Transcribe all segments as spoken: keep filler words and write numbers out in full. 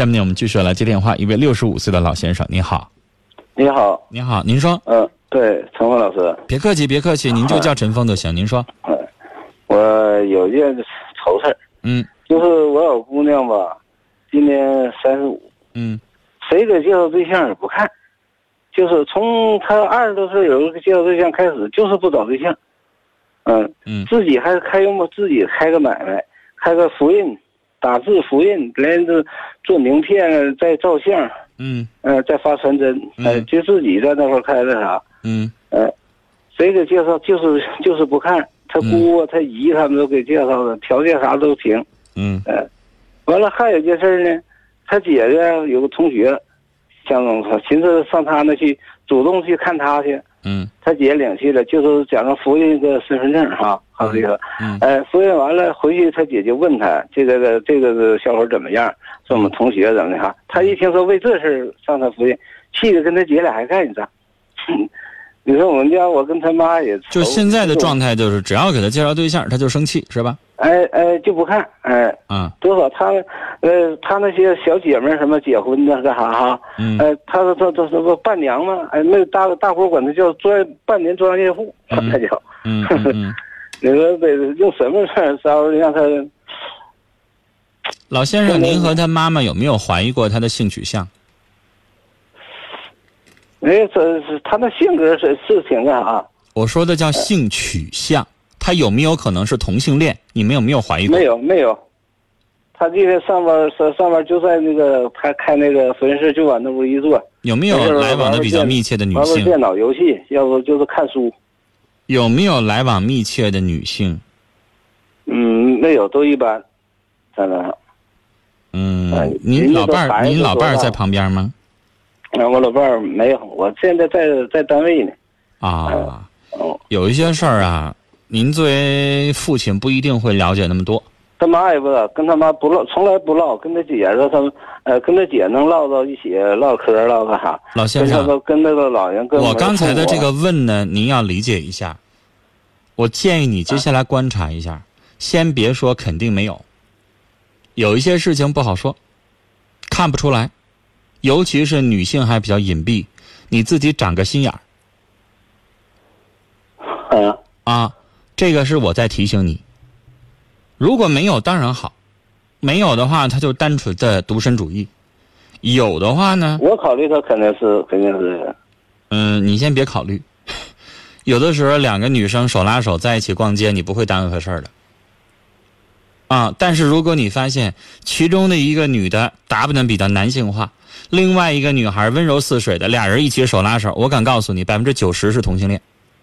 下面我们继续来接电话，一位六十五岁的老先生，你好。 你好， 你好，您说。 嗯、呃，对，陈峰老师。 别客气，别客气，您就叫陈峰就行。您说。 嗯，我有一件愁事儿。 嗯。 就是我有姑娘吧，今年三十五。 嗯。 谁给介绍对象也不看，就是从她二十多岁有一个介绍对象开始，就是不找对象。嗯。嗯。自己还开个自己开个买卖，开个复印。打字复印，连着做名片，再照相， 嗯， 呃，再发传真，呃， 嗯、 就自己在那块开的啥， 嗯， 呃，谁给介绍就是就是不看，他姑啊、嗯、他姨他们都给介绍的，条件啥都行， 嗯， 呃，完了还有一件事呢，他姐姐有个同学，想寻思上他那去主动去看他去， 嗯， 他姐领去了，就是讲着复印个身份证哈。还有这个， 嗯， 呃，复印完了回去，他姐就问他这个的这个的小伙怎么样？说我们同学怎么的哈？他一听说为这事上他复印，气得跟他姐俩还干一仗。你说我们家我跟他妈也就现在的状态就是，只要给他介绍对象，他就生气是吧？ 哎哎，就不看哎， 嗯， 多少他呃他那些小姐妹什么结婚的干啥哈？ 嗯， 呃，他他他他不伴娘吗？哎，那大大伙管他叫专半年专业户，他叫， 嗯嗯嗯。 你说得用什么招让他？ 老先生，您和他妈妈有没有怀疑过他的性取向？ 哎，这是他的性格是是挺干啥？ 我说的叫性取向，他有没有可能是同性恋？你们有没有怀疑过？ 没有，没有。他今天上班上上班就在那个他开那个复印室，就往那屋一坐。 有没有来往的比较密切的女性？ 玩电脑游戏，要不就是看书。 有没有来往密切的女性？ 嗯，没有，都一般。在那。 嗯，呃、您老伴儿，您老伴儿在旁边吗？ 啊，我老伴儿没有，我现在在在单位呢。 啊，嗯、有一些事儿啊，您作为父亲不一定会了解那么多。 他妈也不知道，跟他妈不唠，从来不唠，跟他姐说他们，呃，跟他姐能唠到一起唠嗑唠干啥？ 老先生， 跟跟那个老人，跟我刚才的这个问呢，您要理解一下。我建议你接下来观察一下，啊、先别说肯定没有，有一些事情不好说，看不出来，尤其是女性还比较隐蔽，你自己长个心眼儿。 嗯啊，这个是我在提醒你。如果没有当然好，没有的话他就单纯的独身主义，有的话呢， 我考虑他肯定是肯定是， 嗯，你先别考虑。有的时候两个女生手拉手在一起逛街，你不会耽误她事儿的啊。但是如果你发现其中的一个女的打扮得比较男性化，另外一个女孩温柔似水的，俩人一起手拉手，我敢告诉你百分之九十是同性恋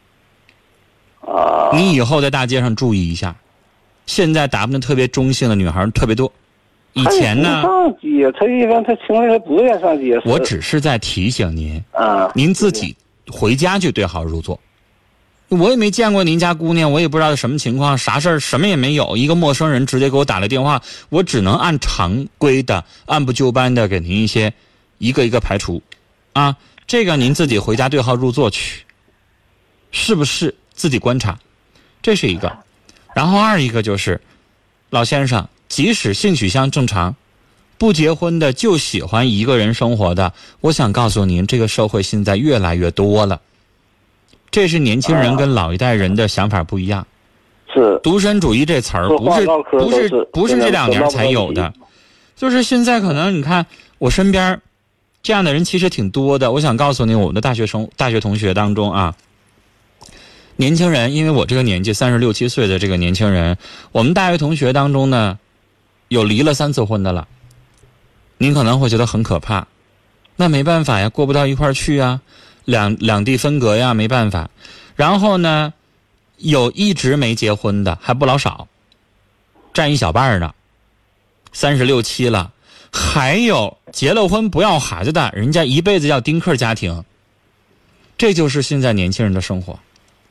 啊。 你以后在大街上注意一下，现在打扮得特别中性的女孩特别多。以前呢， 上街，他一般他情侣还不愿上街。 我只是在提醒您啊， 您自己回家去对号入座。我也没见过您家姑娘，我也不知道什么情况，啥事儿什么也没有。一个陌生人直接给我打来电话，我只能按常规的、按部就班的给您一些一个一个排除，啊，这个您自己回家对号入座去，是不是自己观察，这是一个。然后二一个就是，老先生，即使性取向正常，不结婚的就喜欢一个人生活的，我想告诉您，这个社会现在越来越多了。这是年轻人跟老一代人的想法不一样。 是独身主义这词儿不是不是不是这两年才有的，就是现在可能你看我身边这样的人其实挺多的。我想告诉你，我们的大学生大学同学当中啊，年轻人，因为我这个年纪三十六七岁的这个年轻人，我们大学同学当中呢，有离了三次婚的了。您可能会觉得很可怕，那没办法呀，过不到一块儿去啊。两两地分隔呀，没办法。然后呢，有一直没结婚的还不老少，占一小半呢，三十六七了。还有结了婚不要孩子的，人家一辈子要丁克家庭。这就是现在年轻人的生活。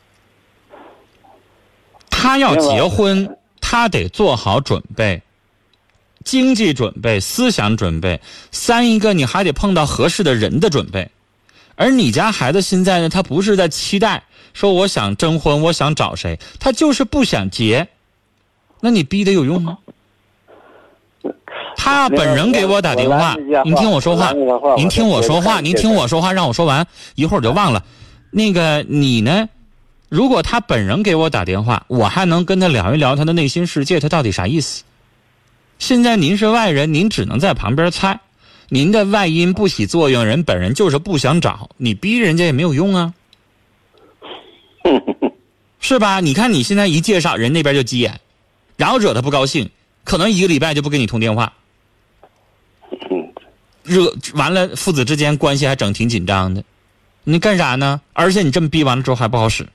他要结婚，他得做好准备，经济准备、思想准备，三一个你还得碰到合适的人的准备。而你家孩子现在呢，他不是在期待说我想征婚，我想找谁，他就是不想结，那你逼得有用吗？ 他本人给我打电话，您听我说话，您听我说话，您听我说话，让我说完，一会儿就忘了。那个你呢？如果他本人给我打电话，我还能跟他聊一聊他的内心世界，他到底啥意思？现在您是外人，您只能在旁边猜。您的外因不起作用，人本人就是不想找，你逼人家也没有用啊，是吧？你看你现在一介绍，人那边就急眼，然后惹他不高兴，可能一个礼拜就不跟你通电话，惹完了父子之间关系还整挺紧张的，你干啥呢？而且你这么逼完了之后还不好使，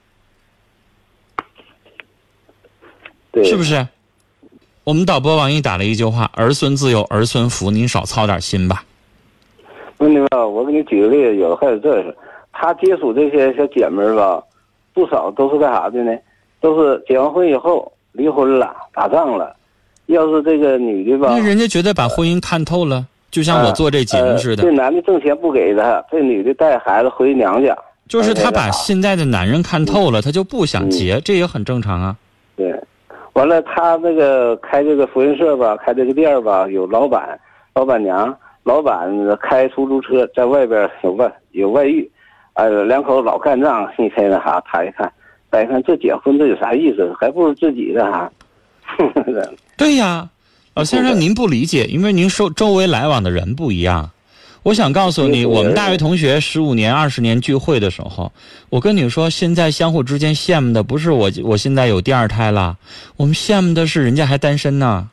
对， 是不是？我们导播王毅打了一句话：儿孙自有儿孙福，您少操点心吧。 问题吧，我给你举个例子，有还有这事，他接触这些小姐妹吧，不少都是干啥的呢？都是结完婚以后离婚了，打仗了。要是这个女的吧， 那人家觉得把婚姻看透了，就像我做这节目似的。 呃、这男的挣钱不给他，这女的带孩子回娘家。 就是他把现在的男人看透了，他就不想结，嗯、这也很正常啊。 对。完了，他那个开这个福人社吧，开这个店吧，有老板、老板娘，老板开出租车，在外边有外有外遇，哎、呃，两口老干仗。你看那哈，他一看，再一看这结婚这有啥意思？还不如自己的哈。 对呀，老先生，您不理解，因为您受周围来往的人不一样。我想告诉你，我们大学同学十五年、二十年聚会的时候，我跟你说，现在相互之间羡慕的不是我，我现在有第二胎了，我们羡慕的是人家还单身呢。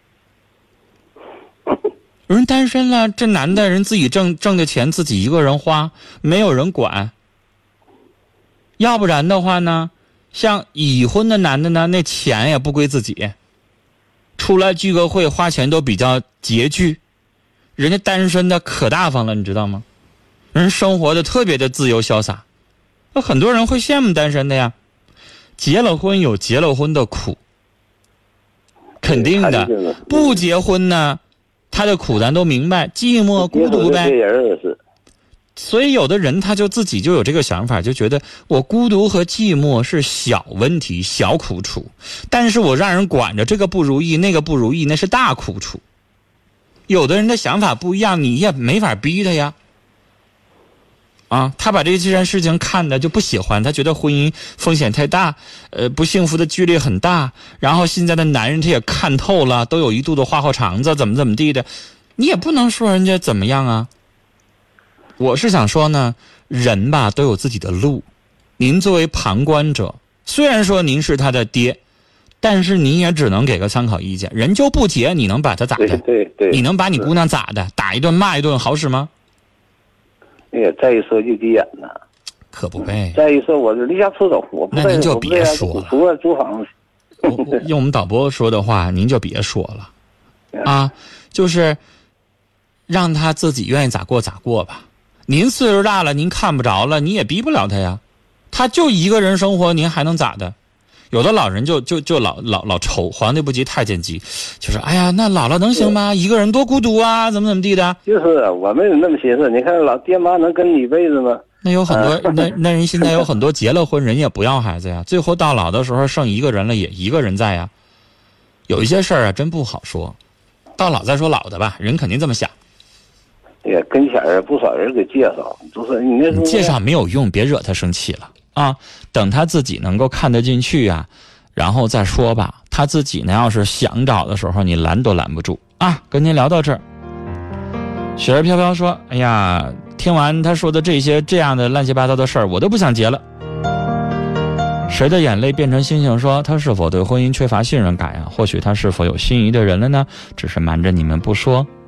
人单身了，这男的人自己挣挣的钱自己一个人花，没有人管。要不然的话呢，像已婚的男的呢，那钱也不归自己，出来聚个会花钱都比较拮据。人家单身的可大方了，你知道吗？人生活的特别的自由潇洒，那很多人会羡慕单身的呀。结了婚有结了婚的苦，肯定的。不结婚呢，他的苦咱都明白，寂寞孤独呗。所以有的人他就自己就有这个想法，就觉得我孤独和寂寞是小问题、小苦楚，但是我让人管着，这个不如意，那个不如意，那是大苦楚。有的人的想法不一样，你也没法逼他呀。啊，他把这件事情看的就不喜欢，他觉得婚姻风险太大，呃，不幸福的几率很大。然后现在的男人他也看透了，都有一肚子花花肠子，怎么怎么地的，你也不能说人家怎么样啊。我是想说呢，人吧都有自己的路。您作为旁观者，虽然说您是他的爹，但是你也只能给个参考意见。人就不结，你能把他咋的？ 对对对， 你能把你姑娘咋的？打一顿骂一顿好使吗？ 哎呀，再一说就急眼了。 可不呗。 再一说我就离家出走，我不那您就别说了。 除了租房子， 用我们导播说的话，您就别说了。啊，就是让他自己愿意咋过咋过吧。您岁数大了，您看不着了，你也逼不了他呀。他就一个人生活，您还能咋的？有的老人就就就老老老愁，皇帝不急太监急，就是哎呀，那姥姥能行吗？一个人多孤独啊，怎么怎么地的？ 就是我没有那么寻思，你看老爹妈能跟你一辈子吗？ 那有很多，那那人现在有很多结了婚，人也不要孩子呀，最后到老的时候剩一个人了，也一个人在呀。有一些事儿啊，真不好说，到老再说老的吧，人肯定这么想。 也跟前儿不少人给介绍，就是你那你介绍没有用，别惹他生气了啊！等他自己能够看得进去啊，然后再说吧。他自己呢，要是想找的时候，你拦都拦不住啊！跟您聊到这儿，雪儿飘飘说：“哎呀，听完他说的这些这样的乱七八糟的事儿，我都不想结了。”谁的眼泪变成星星说：“他是否对婚姻缺乏信任感呀？或许他是否有心仪的人了呢？只是瞒着你们不说。”